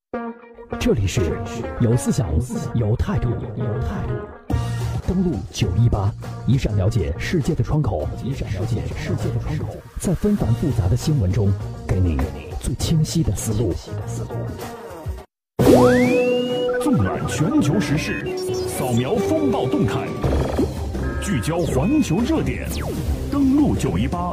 这里是有思想、有态度、登录918，一扇了解世界的窗口，在纷繁复杂的新闻中，给你最清晰的思路。 纵览全球时事，扫描风暴动态，聚焦环球热点，登录918。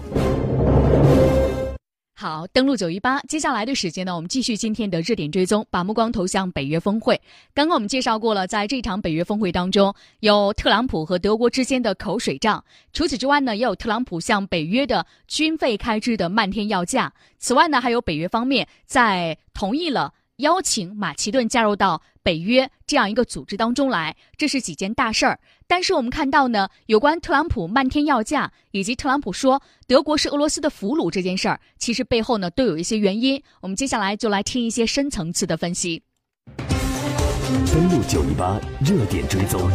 好，登录918，接下来的时间呢，我们继续今天的热点追踪，把目光投向北约峰会。刚刚我们介绍过了，在这场北约峰会当中，有特朗普和德国之间的口水仗。除此之外呢，也有特朗普向北约的军费开支的漫天要价。此外呢，还有北约方面在同意了邀请马其顿加入到北约这样一个组织当中来，这是几件大事儿。但是我们看到呢，有关特朗普漫天要价，以及特朗普说德国是俄罗斯的俘虏这件事儿，其实背后呢都有一些原因。我们接下来就来听一些深层次的分析。 登录918热点追踪。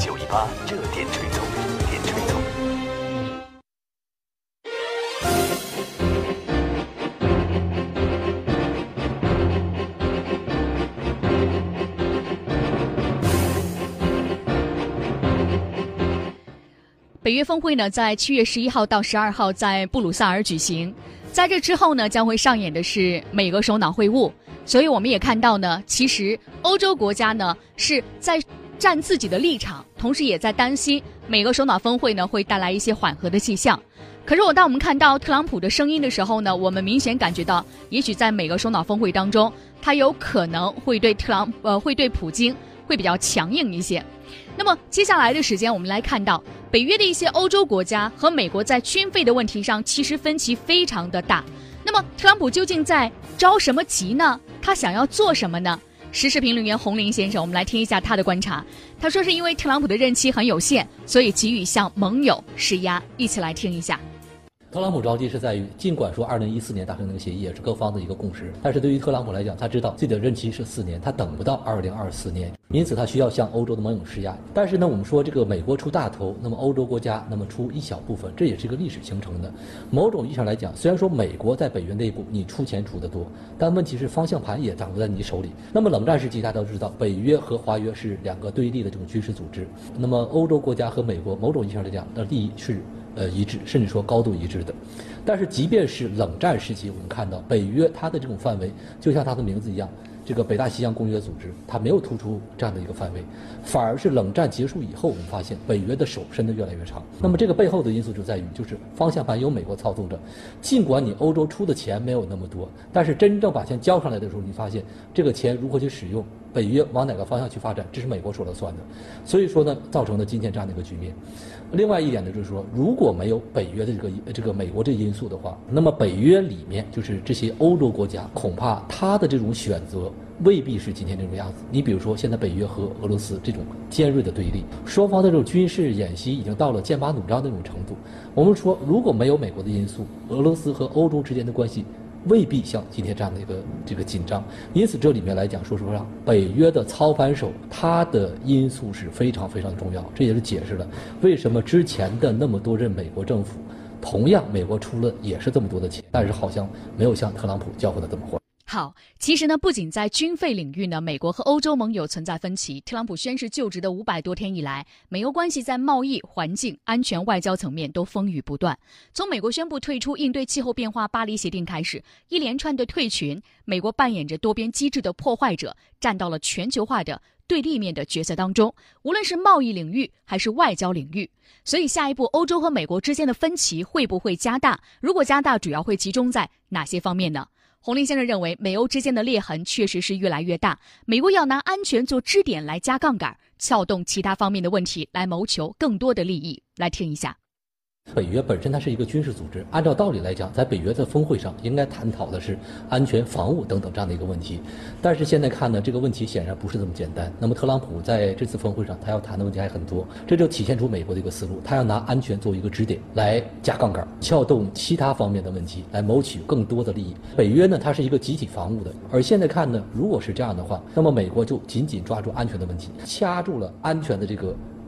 北约峰会呢，在7月11号到12号在布鲁塞尔举行。在这之后呢，将会上演的是美俄首脑会晤。所以我们也看到呢，其实欧洲国家呢是在站自己的立场，同时也在担心美俄首脑峰会呢会带来一些缓和的迹象。可是当我们看到特朗普的声音的时候呢，我们明显感觉到，也许在美俄首脑峰会当中，他有可能会对普京会比较强硬一些。那么接下来的时间，我们来看到北约的一些欧洲国家和美国在军费的问题上，其实分歧非常的大。那么特朗普究竟在着什么急呢？他想要做什么呢？时事评论员洪林先生，我们来听一下他的观察。他说是因为特朗普的任期很有限，所以急于向盟友施压。一起来听一下。 特朗普着急是在于，尽管说2014年达成那个协议也是各方的一个共识，但是对于特朗普来讲，他知道自己的任期是4年，他等不到2024年，因此他需要向欧洲的盟友施压。但是呢，我们说这个美国出大头，那么欧洲国家那么出一小部分，这也是一个历史形成的。某种意义上来讲，虽然说美国在北约内部你出钱出得多，但问题是方向盘也掌握在你手里。那么冷战时期大家都知道，北约和华约是两个对立的这种军事组织，那么欧洲国家和美国某种意义上来讲的利益是一致，甚至说高度一致的。但是即便是冷战时期，我们看到北约它的这种范围，就像它的名字一样，这个北大西洋公约组织，它没有突出这样的一个范围，反而是冷战结束以后，我们发现北约的手伸得越来越长。那么这个背后的因素就在于，就是方向盘由美国操纵着，尽管你欧洲出的钱没有那么多，但是真正把钱交上来的时候，你发现这个钱如何去使用，北约往哪个方向去发展，这是美国说了算的。所以说呢，造成了今天这样的一个局面。另外一点呢，就是说，如果没有北约的这个美国这个因素的话，那么北约里面就是这些欧洲国家，恐怕他的这种选择未必是今天这种样子。你比如说，现在北约和俄罗斯这种尖锐的对立，双方的这种军事演习已经到了剑拔弩张的那种程度。我们说，如果没有美国的因素，俄罗斯和欧洲之间的关系未必像今天这样的这个紧张。因此这里面来讲，说实话，北约的操盘手他的因素是非常非常重要，这也是解释了为什么之前的那么多任美国政府，同样美国出了也是这么多的钱，但是好像没有像特朗普交付的这么快。 好，其实呢，不仅在军费领域呢，美国和欧洲盟友存在分歧。特朗普宣誓就职的500多天以来，美欧关系在贸易、环境、安全、外交层面都风雨不断。从美国宣布退出应对气候变化巴黎协定开始，一连串的退群，美国扮演着多边机制的破坏者，站到了全球化的对立面的角色当中，无论是贸易领域还是外交领域。所以下一步欧洲和美国之间的分歧会不会加大？如果加大，主要会集中在哪些方面呢？洪林先生认为，美欧之间的裂痕确实是越来越大，美国要拿安全做支点来加杠杆，撬动其他方面的问题来谋求更多的利益。来听一下。 北约本身它是一个军事组织，按照道理来讲，在北约的峰会上应该探讨的是安全、防务等等这样的一个问题。但是现在看呢，这个问题显然不是这么简单。那么特朗普在这次峰会上，他要谈的问题还很多，这就体现出美国的一个思路，他要拿安全作为一个支点来加杠杆，撬动其他方面的问题，来谋取更多的利益。北约呢，它是一个集体防务的，而现在看呢，如果是这样的话，那么美国就紧紧抓住安全的问题，掐住了安全的这个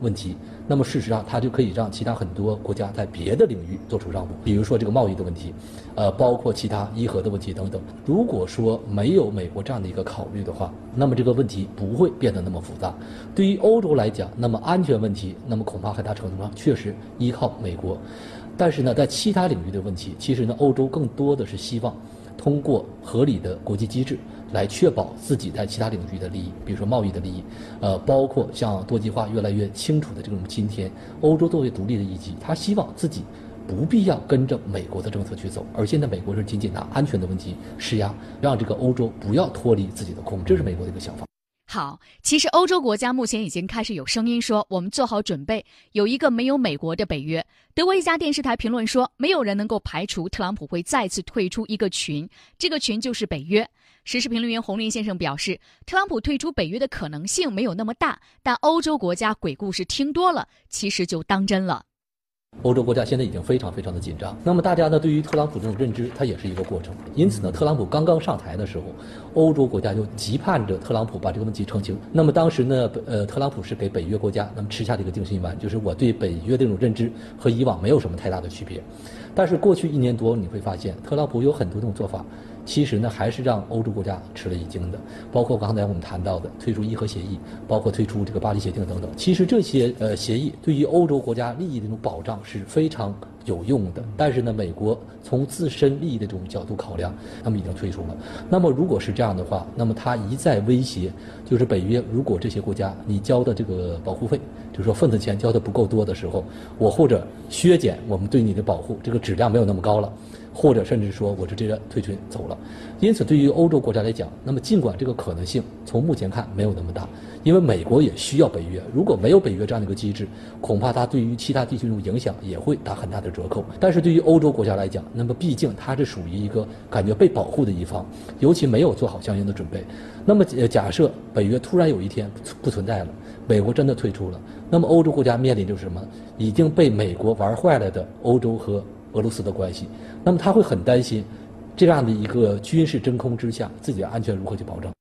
问题，那么事实上它就可以让其他很多国家在别的领域做出让步，比如说这个贸易的问题，包括其他伊核的问题等等。如果说没有美国这样的一个考虑的话，那么这个问题不会变得那么复杂。对于欧洲来讲，那么安全问题，那么恐怕很大程度上确实依靠美国。但是呢，在其他领域的问题，其实呢，欧洲更多的是希望通过合理的国际机制来确保自己在其他领域的利益，比如说贸易的利益，包括像多极化越来越清楚的这种今天，欧洲作为独立的一极，他希望自己不必要跟着美国的政策去走，而现在美国是仅仅拿安全的问题施压，让这个欧洲不要脱离自己的控制，这是美国的一个想法。 好，其实欧洲国家目前已经开始有声音说，我们做好准备，有一个没有美国的北约。德国一家电视台评论说，没有人能够排除特朗普会再次退出一个群，这个群就是北约。时事评论员洪林先生表示，特朗普退出北约的可能性没有那么大，但欧洲国家鬼故事听多了，其实就当真了。 欧洲国家现在已经非常非常的紧张，那么大家呢对于特朗普这种认知，它也是一个过程。因此呢，特朗普刚刚上台的时候，欧洲国家就急盼着特朗普把这个问题澄清。那么当时呢，特朗普是给北约国家那么吃下的一个定心丸，就是我对北约这种认知和以往没有什么太大的区别。但是过去1年多，你会发现特朗普有很多这种做法，其实呢还是让欧洲国家吃了一惊的，包括刚才我们谈到的退出伊核协议，包括退出这个巴黎协定等等。其实这些协议对于欧洲国家利益的这种保障是非常有用的，但是呢，美国从自身利益的这种角度考量，那么已经退出了。那么如果是这样的话，那么他一再威胁，就是北约如果这些国家你交的这个保护费，就是说份子钱交的不够多的时候，我或者削减我们对你的保护，这个质量没有那么高了，或者甚至说我就直接退群走了。因此对于欧洲国家来讲，那么尽管这个可能性从目前看没有那么大，因为美国也需要北约，如果没有北约这样的一个机制，恐怕它对于其他地区这种影响也会打很大的折扣。但是对于欧洲国家来讲，那么毕竟它是属于一个感觉被保护的一方，尤其没有做好相应的准备。那么假设北约突然有一天不存在了，美国真的退出了，那么欧洲国家面临就是什么？已经被美国玩坏了的欧洲和俄罗斯的关系，那么他会很担心这样的一个军事真空之下，自己的安全如何去保证。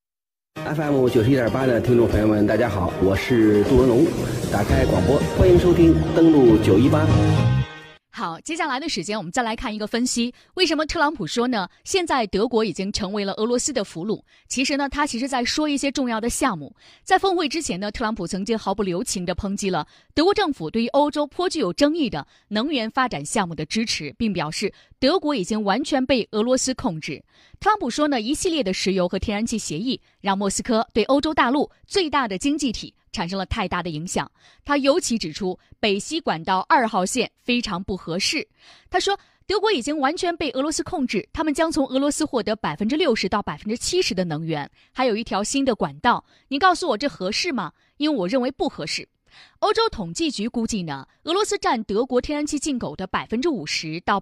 FM 91.8的听众朋友们，大家好，我是杜文龙，打开广播，欢迎收听，登录918。 好，接下来的时间我们再来看一个分析，为什么特朗普说呢？现在德国已经成为了俄罗斯的俘虏。其实呢，他在说一些重要的项目。在峰会之前呢，特朗普曾经毫不留情地抨击了德国政府对于欧洲颇具有争议的能源发展项目的支持，并表示德国已经完全被俄罗斯控制。特朗普说呢，一系列的石油和天然气协议让莫斯科对欧洲大陆最大的经济体产生了太大的影响。他尤其指出北溪管道2号线非常不合适。他说，德国已经完全被俄罗斯控制，他们将从俄罗斯获得60%到70%的能源，还有一条新的管道。你告诉我这合适吗？因为我认为不合适。欧洲统计局估计呢，俄罗斯占德国天然气进口的50%到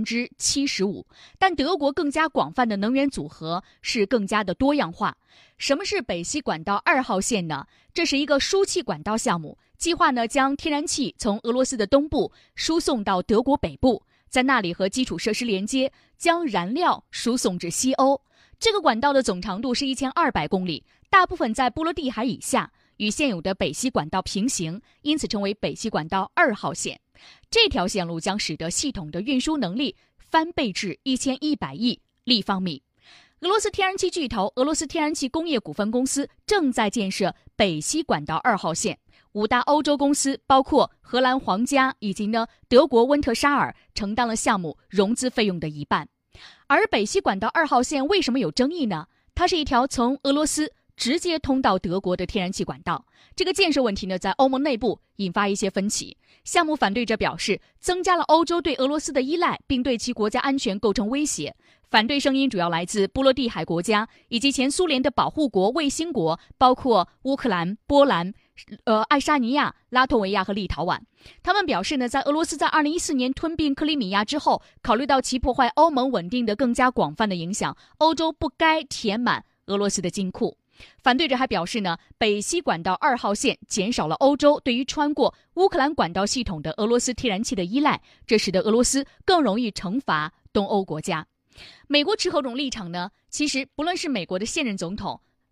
75%，但德国更加广泛的能源组合是更加的多样化。什么是北溪管道2号线呢？这是一个输气管道项目，计划呢将天然气从俄罗斯的东部输送到德国北部，在那里和基础设施连接，将燃料输送至西欧。这个管道的总长度是1200公里，大部分在波罗的海以下，与现有的北溪管道平行，因此称为北溪管道2号线。这条线路将使得系统的运输能力翻倍至1100亿立方米。俄罗斯天然气巨头俄罗斯天然气工业股份公司正在建设北溪管道2号线，5大欧洲公司包括荷兰皇家以及德国温特沙尔承担了项目融资费用的一半。而北溪管道2号线为什么有争议呢？它是一条从俄罗斯直接通到德国的天然气管道，这个建设问题呢，在欧盟内部引发一些分歧。项目反对者表示，增加了欧洲对俄罗斯的依赖，并对其国家安全构成威胁。反对声音主要来自波罗的海国家以及前苏联的保护国卫星国，包括乌克兰、波兰、爱沙尼亚、拉脱维亚和立陶宛。他们表示呢，在俄罗斯在2014年吞并克里米亚之后，考虑到其破坏欧盟稳定的更加广泛的影响，欧洲不该填满俄罗斯的金库。反对者还表示呢，北溪管道2号线减少了欧洲对于穿过乌克兰管道系统的俄罗斯天然气的依赖，这使得俄罗斯更容易惩罚东欧国家。美国持何种立场呢？其实不论是美国的现任总统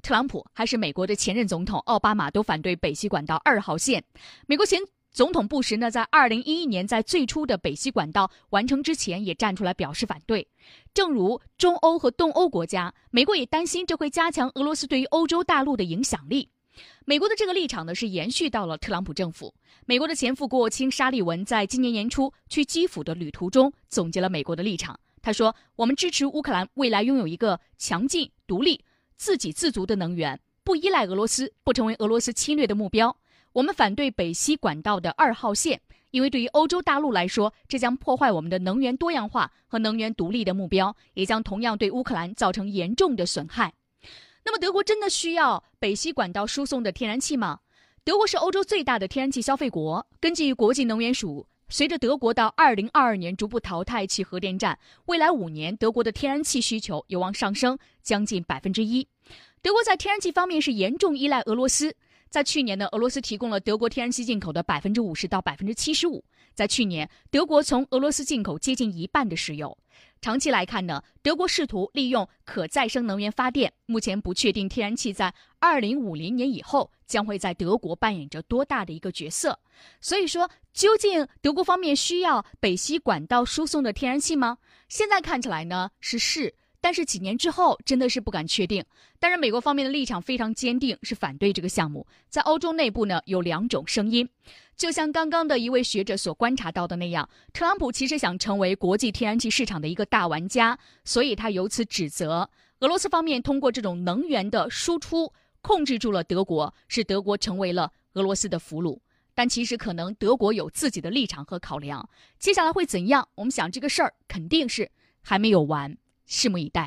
特朗普还是美国的前任总统奥巴马都反对北溪管道2号线。美国前总统布什呢，在2011年在最初的北溪管道完成之前也站出来表示反对。正如中欧和东欧国家，美国也担心这会加强俄罗斯对于欧洲大陆的影响力。美国的这个立场呢，是延续到了特朗普政府。美国的前副国务卿沙利文在今年年初去基辅的旅途中总结了美国的立场。他说，我们支持乌克兰未来拥有一个强劲、独立、自给自足的能源，不依赖俄罗斯，不成为俄罗斯侵略的目标。我们反对北溪管道的2号线，因为对于欧洲大陆来说，这将破坏我们的能源多样化和能源独立的目标，也将同样对乌克兰造成严重的损害。那么德国真的需要北溪管道输送的天然气吗？德国是欧洲最大的天然气消费国。根据国际能源署，随着德国到2022年逐步淘汰其核电站，未来5年德国的天然气需求有望上升将近1%。德国在天然气方面是严重依赖俄罗斯。在去年呢，俄罗斯提供了德国天然气进口的50%到75%。在去年，德国从俄罗斯进口接近1半的石油。长期来看呢，德国试图利用可再生能源发电，目前不确定天然气在2050年以后将会在德国扮演着多大的一个角色。所以说，究竟德国方面需要北溪管道输送的天然气吗？现在看起来呢是，但是几年之后真的是不敢确定。当然，美国方面的立场非常坚定，是反对这个项目。在欧洲内部呢，有2种声音。就像刚刚的一位学者所观察到的那样，特朗普其实想成为国际天然气市场的一个大玩家，所以他由此指责俄罗斯方面通过这种能源的输出控制住了德国，使德国成为了俄罗斯的俘虏。但其实可能德国有自己的立场和考量，接下来会怎样？我们想这个事儿肯定是还没有完，拭目以待。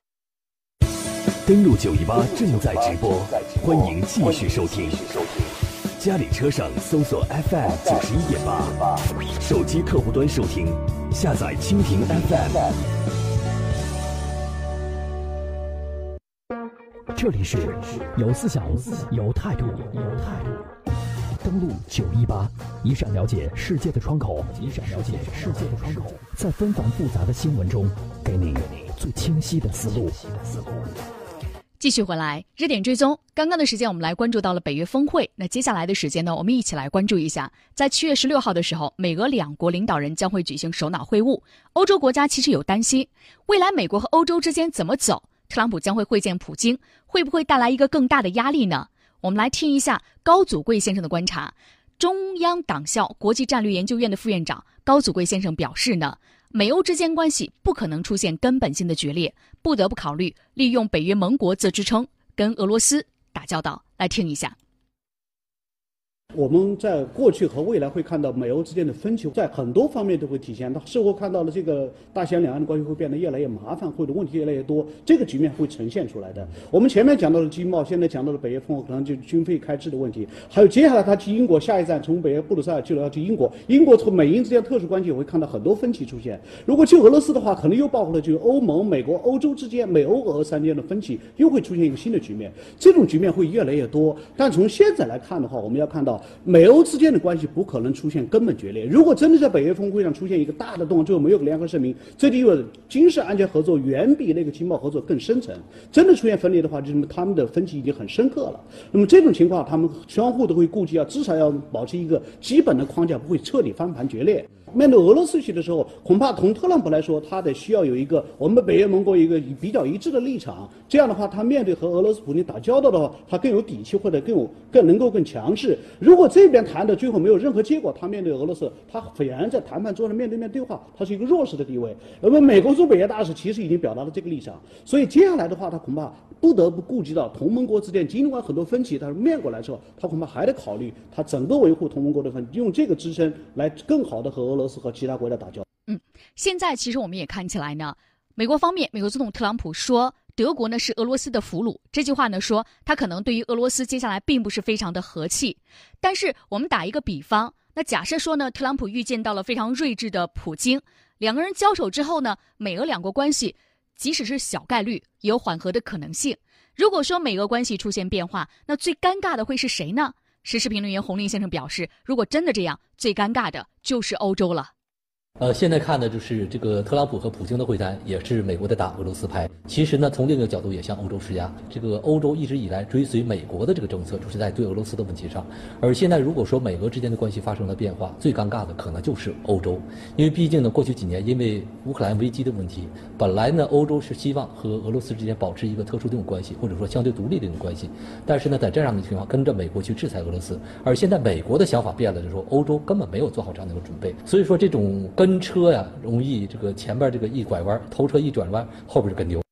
登录918正在直播，欢迎继续收听。家里车上搜索 FM 91.8，手机客户端收听，下载蜻蜓 FM。这里是有思想、有态度。登录918，一扇了解世界的窗口，在纷繁复杂的新闻中，给你最清晰的思路。 继续回来，热点追踪。刚刚的时间我们来关注到了北约峰会，那接下来的时间呢，我们一起来关注一下，在7月16号的时候，美俄2国领导人将会举行首脑会晤。欧洲国家其实有担心，未来美国和欧洲之间怎么走？特朗普将会会见普京，会不会带来一个更大的压力呢？我们来听一下高祖贵先生的观察。中央党校国际战略研究院的副院长高祖贵先生表示呢，美欧之间关系不可能出现根本性的决裂，不得不考虑利用北约盟国做支撑，跟俄罗斯打交道。来听一下。 我们在过去和未来会看到美欧之间的分歧在很多方面都会体现到，似乎看到了这个大西洋两岸的关系会变得越来越麻烦，或者问题越来越多，这个局面会呈现出来的。我们前面讲到了经贸，现在讲到了北约峰会可能就军费开支的问题，还有接下来他去英国，下一站从北约布鲁塞尔去了要去英国，英国从美英之间特殊关系也会看到很多分歧出现。如果去俄罗斯的话，可能又包括了就是欧盟、美国、欧洲之间美欧俄三间的分歧又会出现一个新的局面，这种局面会越来越多。但从现在来看的话，我们要看到美欧之间的关系不可能出现根本决裂。如果真的在北约峰会上出现一个大的动作，最后没有个联合声明，这就意味着军事安全合作远比那个经贸合作更深层。真的出现分裂的话，就是他们的分歧已经很深刻了。那么这种情况，他们相互都会顾及至少要保持一个基本的框架，不会彻底翻盘决裂。面对俄罗斯去的时候，恐怕从特朗普来说，他得需要有一个我们北约盟国一个比较一致的立场。这样的话，他面对和俄罗斯普京打交道的话，他更有底气，或者更能够更强势。如果这边谈的最后没有任何结果，他面对俄罗斯，他显然在谈判桌上面对面对话，他是一个弱势的地位。那么美国驻北约大使其实已经表达了这个立场，所以接下来的话，他恐怕不得不顾及到同盟国之间尽管很多分歧，但是面过来之后，他恐怕还得考虑他整个维护同盟国的分歧，用这个支撑来更好的和俄罗斯和其他国家打交道。 现在其实我们也看起来呢，美国方面，美国总统特朗普说德国呢是俄罗斯的俘虏，这句话呢说他可能对于俄罗斯接下来并不是非常的和气。但是我们打一个比方，那假设说呢，特朗普预见到了非常睿智的普京，两个人交手之后呢，美俄两国关系即使是小概率也有缓和的可能性。如果说美俄关系出现变化，那最尴尬的会是谁呢？时事评论员洪林先生表示，如果真的这样，最尴尬的就是欧洲了。 现在看的就是这个特朗普和普京的会谈，也是美国在打俄罗斯牌。其实呢，从另一个角度也向欧洲施压。这个欧洲一直以来追随美国的这个政策，就是在对俄罗斯的问题上。而现在如果说美俄之间的关系发生了变化，最尴尬的可能就是欧洲，因为毕竟呢，过去几年因为乌克兰危机的问题，本来呢，欧洲是希望和俄罗斯之间保持一个特殊的这种关系，或者说相对独立的这种关系。但是呢，在这样的情况，跟着美国去制裁俄罗斯，而现在美国的想法变了，就是说欧洲根本没有做好这样的一个准备。所以说这种跟车呀，容易这个前边这个一拐弯，头车一转弯，后边就跟丢。